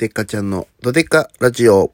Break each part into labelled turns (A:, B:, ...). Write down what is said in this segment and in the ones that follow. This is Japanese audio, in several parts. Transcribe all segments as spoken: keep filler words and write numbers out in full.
A: デカちゃんのドデカラジオ。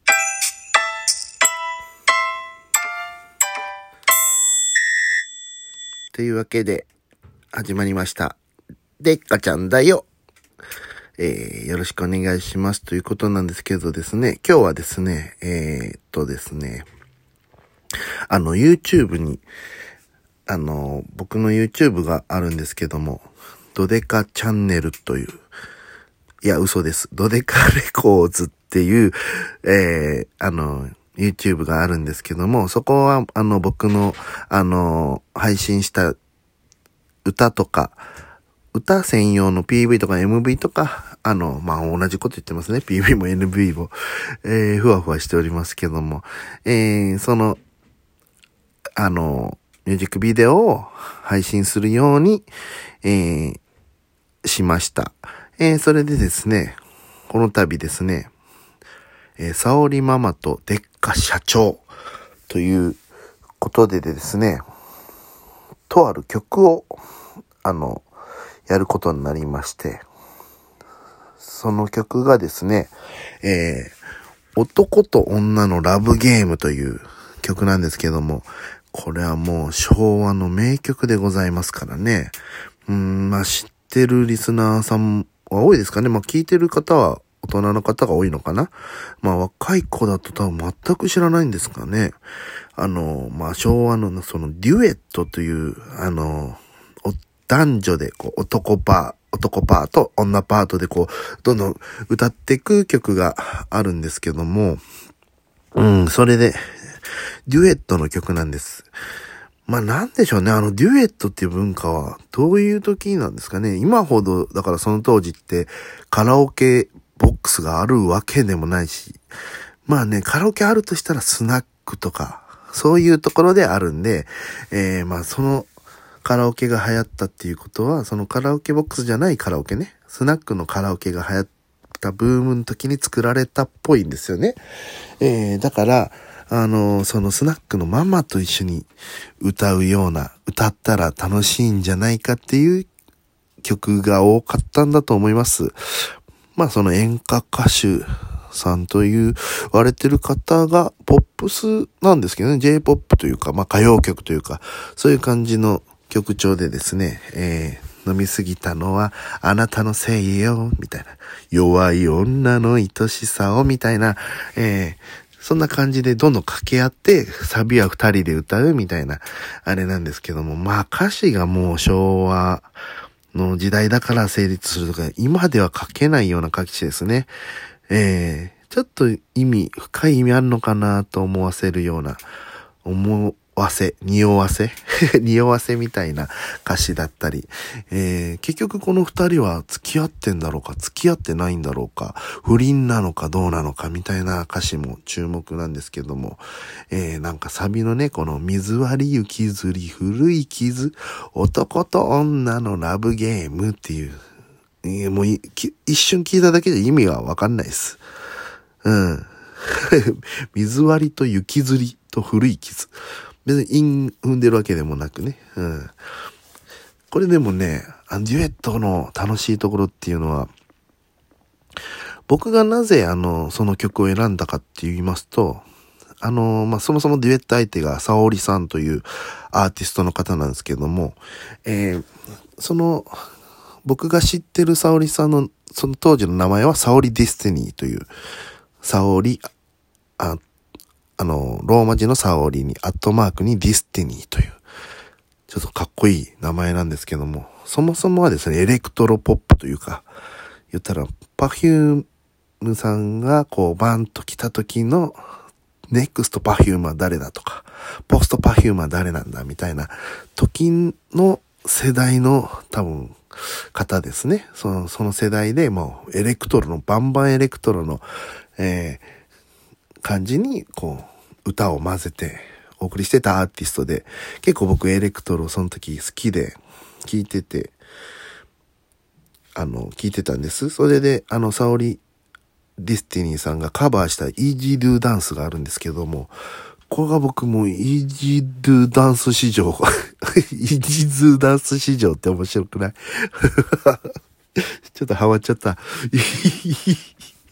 A: というわけで始まりました。デカちゃんだよ。えー、よろしくお願いしますということなんですけどですね、今日はですね、えー、っとですね、あの YouTube に、あの、僕の YouTube があるんですけども、ドデカチャンネルという、いや嘘です。ドデカレコーズっていう、えー、あの、YouTube があるんですけども、そこは、あの、僕の、あの、配信した歌とか、歌専用の ピーブイ とか エムブイ とか、あの、まあ、同じこと言ってますね。ピーブイ も エヌブイ も、えー、ふわふわしておりますけども、えー、その、あの、ミュージックビデオを配信するように、えー、しました。えー、それでですね、この度ですね、えー、沙織ママとデッカ社長ということでですね、とある曲を、あの、やることになりまして、その曲がですね、えー、男と女のラブゲームという曲なんですけども、これはもう昭和の名曲でございますからね。うーん、まあ知ってるリスナーさんは多いですかね。まあ聞いてる方は大人の方が多いのかな。まあ若い子だと多分全く知らないんですかね。あの、まあ昭和のそのデュエットという、あの、男女でこう男パー、男パーと女パートでこう、どんどん歌っていく曲があるんですけども、うん、それで、デュエットの曲なんです。まあなんでしょうね、あのデュエットっていう文化はどういう時なんですかね。今ほど、だからその当時ってカラオケボックスがあるわけでもないし、まあね、カラオケあるとしたらスナックとか、そういうところであるんで、えー、まあそのカラオケが流行ったっていうことは、そのカラオケボックスじゃないカラオケね、スナックのカラオケが流行ったブームの時に作られたっぽいんですよね。えー、だから、あの、そのスナックのママと一緒に歌うような、歌ったら楽しいんじゃないかっていう曲が多かったんだと思います。まあその演歌歌手さんという言われてる方がポップスなんですけどね、J-ポップ というか、まあ歌謡曲というか、そういう感じの曲調でですね、えー、飲みすぎたのはあなたのせいよ、みたいな。弱い女の愛しさを、みたいな、えー、そんな感じでどんどん掛け合って、サビは二人で歌うみたいな、あれなんですけども、まあ歌詞がもう昭和の時代だから成立するとか、今では書けないような歌詞ですね。えー、ちょっと意味、深い意味あるのかなと思わせるような、思わせ、匂わせ匂わせみたいな歌詞だったり、えー、結局この二人は付き合ってんだろうか、付き合ってないんだろうか、不倫なのかどうなのかみたいな歌詞も注目なんですけども、えー、なんかサビのね、この水割り雪吊り古い傷、男と女のラブゲームっていう、えー、もう一瞬聞いただけで意味はわかんないです。うん。水割りと雪吊りと古い傷。別に韻踏んでるわけでもなくね。うん。これでもね、デュエットの楽しいところっていうのは、僕がなぜあの、その曲を選んだかって言いますと、あの、まあ、そもそもデュエット相手が沙織さんというアーティストの方なんですけども、えー、その、僕が知ってる沙織さんの、その当時の名前は沙織ディスティニーという、沙織、あ、あの、ローマ字の沙織に、アットマークにディスティニーという、ちょっとかっこいい名前なんですけども、そもそもはですね、エレクトロポップというか、言ったら、パフュームさんがこう、バンと来た時の、ネクストパフュームは誰だとか、ポストパフュームは誰なんだみたいな、時の世代の多分、方ですね。その、その世代でもう、エレクトロの、バンバンエレクトロの、えー、感じにこう歌を混ぜてお送りしてたアーティストで、結構僕エレクトロその時好きで聴いてて、あの聴いてたんです。それであの沙織ディスティニーさんがカバーしたイージードゥダンスがあるんですけども、これが僕もイージードゥダンス史上イージードゥダンス史上って面白くないちょっとハマっちゃった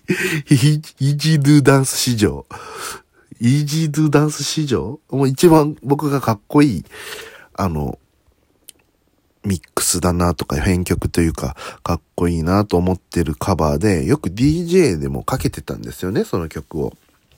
A: イージードゥダンス史上、イージードゥダンス史上、もう一番僕がかっこいい、あの、ミックスだなとか編曲というか、かっこいいなと思ってるカバーで、よく ディージェー でもかけてたんですよね、その曲を。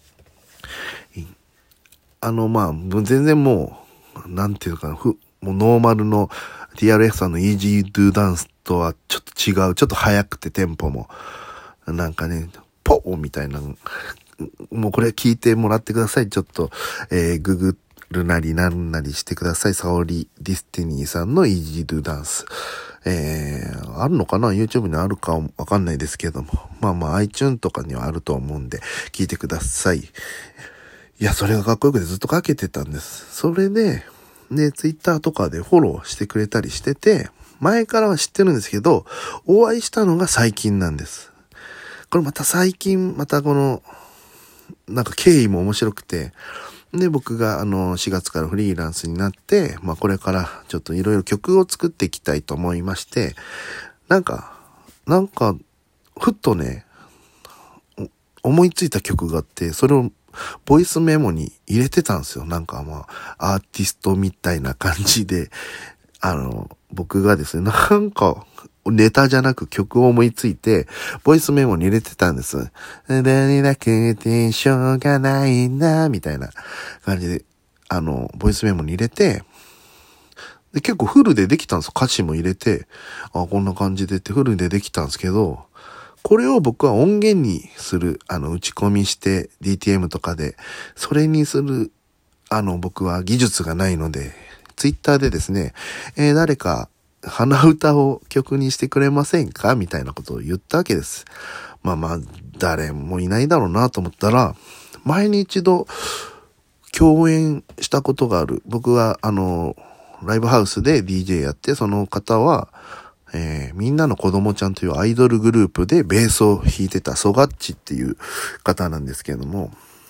A: あの、まあ、全然もう、なんていうかな、ふ、もうノーマルの ティーアールエフ さんの Easy Do Dance とはちょっと違う、ちょっと速くてテンポも、なんかね、ポーみたいな、もうこれ聞いてもらってください。ちょっと、えー、ググるなりなんなりしてください。サオリディスティニーさんの Easy Do Dance。えー、あるのかな ?YouTube にあるかわかんないですけども。まあまあ iTunes とかにはあると思うんで、聞いてください。いや、それがかっこよくてずっとかけてたんです。それで、ね、ツイッターとかでフォローしてくれたりしてて、前からは知ってるんですけど、お会いしたのが最近なんです。これまた最近、またこの、なんか経緯も面白くて、で、僕があの、しがつからフリーランスになって、まあこれからちょっといろいろ曲を作っていきたいと思いまして、なんか、なんか、ふっとね、思いついた曲があって、それをボイスメモに入れてたんですよ。なんかまあ、アーティストみたいな感じで、あの、僕がですね、なんか、ネタじゃなく曲を思いついて、ボイスメモに入れてたんです。何だけてしょうがないな、みたいな感じで、あの、ボイスメモに入れて、で、結構フルでできたんですよ。歌詞も入れて、あ、こんな感じでってフルでできたんですけど、これを僕は音源にする、あの、打ち込みして ディーティーエム とかで、それにする、あの、僕は技術がないので、ツイッターでですね、えー、誰か鼻歌を曲にしてくれませんかみたいなことを言ったわけです。まあまあ、誰もいないだろうなと思ったら、前に一度共演したことがある。僕は、あの、ライブハウスで ディージェー やって、その方は、えー、みんなの子供ちゃんというアイドルグループでベースを弾いてたソガッチっていう方なんですけれども、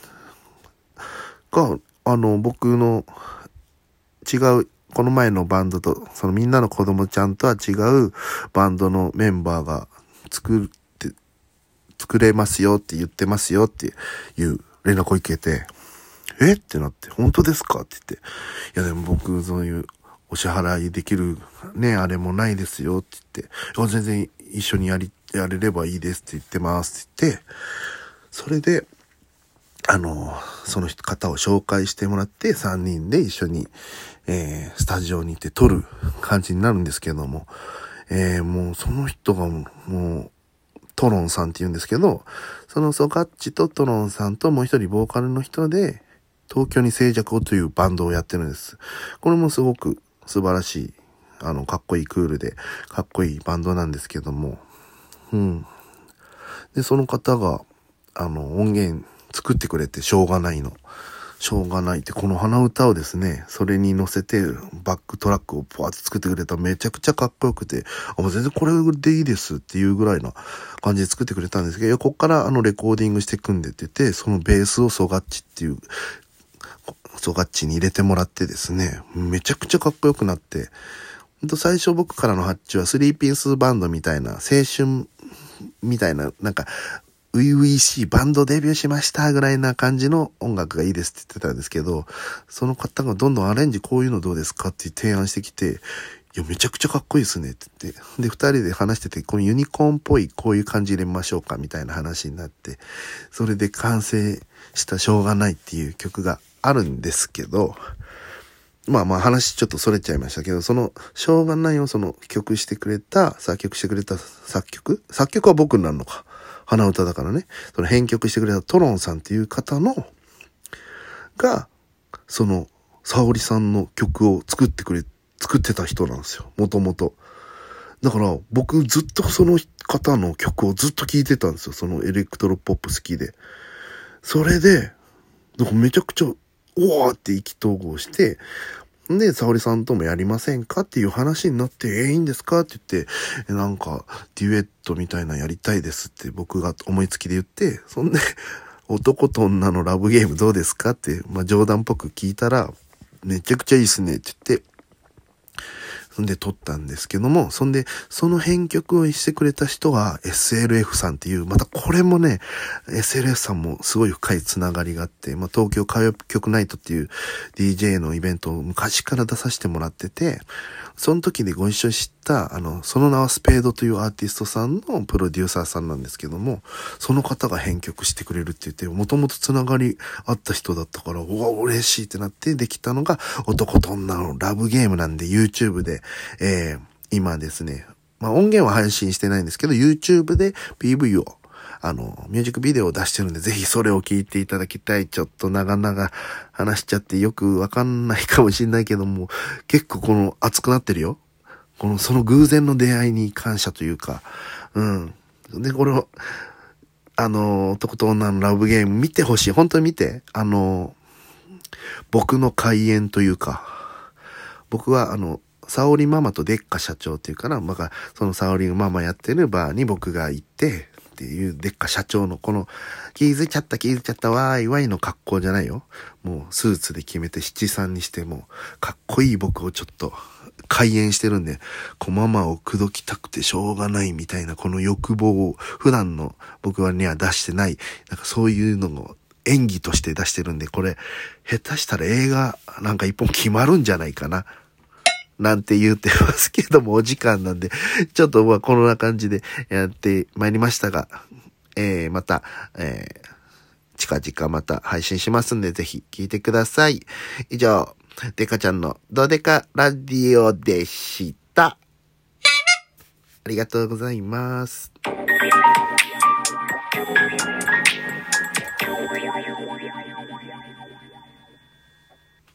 A: が、あの、僕の違う、この前のバンドと、そのみんなの子供ちゃんとは違うバンドのメンバーが作って、作れますよって言ってますよっていう連絡を受けて、えってなって、本当ですかって言って、いやでも僕そういうお支払いできるね、あれもないですよって言って、全然一緒にやり、やれればいいですって言ってますって言って、それで、あの、その方を紹介してもらってさんにんで一緒に、えー、スタジオに行って撮る感じになるんですけども、えー、もうその人がもう、トロンさんって言うんですけど、そのソガッチとトロンさんともう一人ボーカルの人で、東京に静寂をというバンドをやってるんです。これもすごく素晴らしい、あの、かっこいいクールで、かっこいいバンドなんですけども、うん。で、その方が、あの、音源作ってくれてしょうがないの。しょうがないって、この鼻歌をですね、それに乗せて、バックトラックをポワッと作ってくれたらめちゃくちゃかっこよくて、あ、もう全然これでいいですっていうぐらいな感じで作ってくれたんですけど、こっからあのレコーディングして組んでってて、そのベースをソガッチっていう、ソガッチに入れてもらってですね、めちゃくちゃかっこよくなって、ほんと最初僕からの発注はスリーピースバンドみたいな、青春みたいな、なんか、初々しいバンドデビューしましたぐらいな感じの音楽がいいですって言ってたんですけど、その方がどんどんアレンジこういうのどうですかって提案してきて、いや、めちゃくちゃかっこいいですねって言って。で、二人で話してて、このユニコーンっぽいこういう感じ入れましょうかみたいな話になって、それで完成したしょうがないっていう曲があるんですけど、まあまあ話ちょっとそれちゃいましたけど、そのしょうがないをその曲してくれた、作曲してくれた作曲作曲は僕になるのか。鼻歌だからね。その編曲してくれたトロンさんっていう方の、が、その、沙織さんの曲を作ってくれ、作ってた人なんですよ。もともと。だから、僕ずっとその方の曲をずっと聴いてたんですよ。そのエレクトロポップ好きで。それで、なんかめちゃくちゃ、おーって意気投合して、で、沙織さんともやりませんかっていう話になって、えー、いいんですかって言って、なんか、デュエットみたいなやりたいですって僕が思いつきで言って、そんで、男と女のラブゲームどうですかって、まあ冗談っぽく聞いたら、めちゃくちゃいいっすねって言って、 そんで撮ったんですけども、そんで、その編曲をしてくれた人は エスエルエフ さんっていう、またこれもね、エスエルエフ さんもすごい深いつながりがあって、まあ、東京歌謡曲ナイトっていう ディージェー のイベントを昔から出させてもらってて、その時でご一緒した、あの、その名はスペードというアーティストさんのプロデューサーさんなんですけども、その方が編曲してくれるって言って、もともとつながりあった人だったから、うわ、嬉しいってなってできたのが、男と女のラブゲームなんで、YouTube で、えー、今ですね、まあ音源は配信してないんですけど、YouTube で ピーブイ を、あの、ミュージックビデオを出してるんで、ぜひそれを聞いていただきたい。ちょっと長々話しちゃってよくわかんないかもしれないけども、結構この熱くなってるよ。この、その偶然の出会いに感謝というか、うん。で、これを、あの、男と女のラブゲーム見てほしい。本当に見て。あの、僕の開演というか、僕はあの、サオリママとデッカ社長っていうかな、まあ、そのサオリママやってるバーに僕が行って、っていうデッカ社長のこの、気づいちゃった気づいちゃったわーいわいの格好じゃないよ。もうスーツで決めて七三にしても、かっこいい僕をちょっと、開演してるんで、こうママを口説きたくてしょうがないみたいなこの欲望を普段の僕はには出してない、なんかそういうのを演技として出してるんで、これ、下手したら映画なんか一本決まるんじゃないかな。なんて言ってますけども、お時間なんで、ちょっとまあこんな感じでやってまいりましたが、えー、また、えー、近々また配信しますんで、ぜひ聞いてください。以上、デカちゃんのドデカラディオでした。ありがとうございます。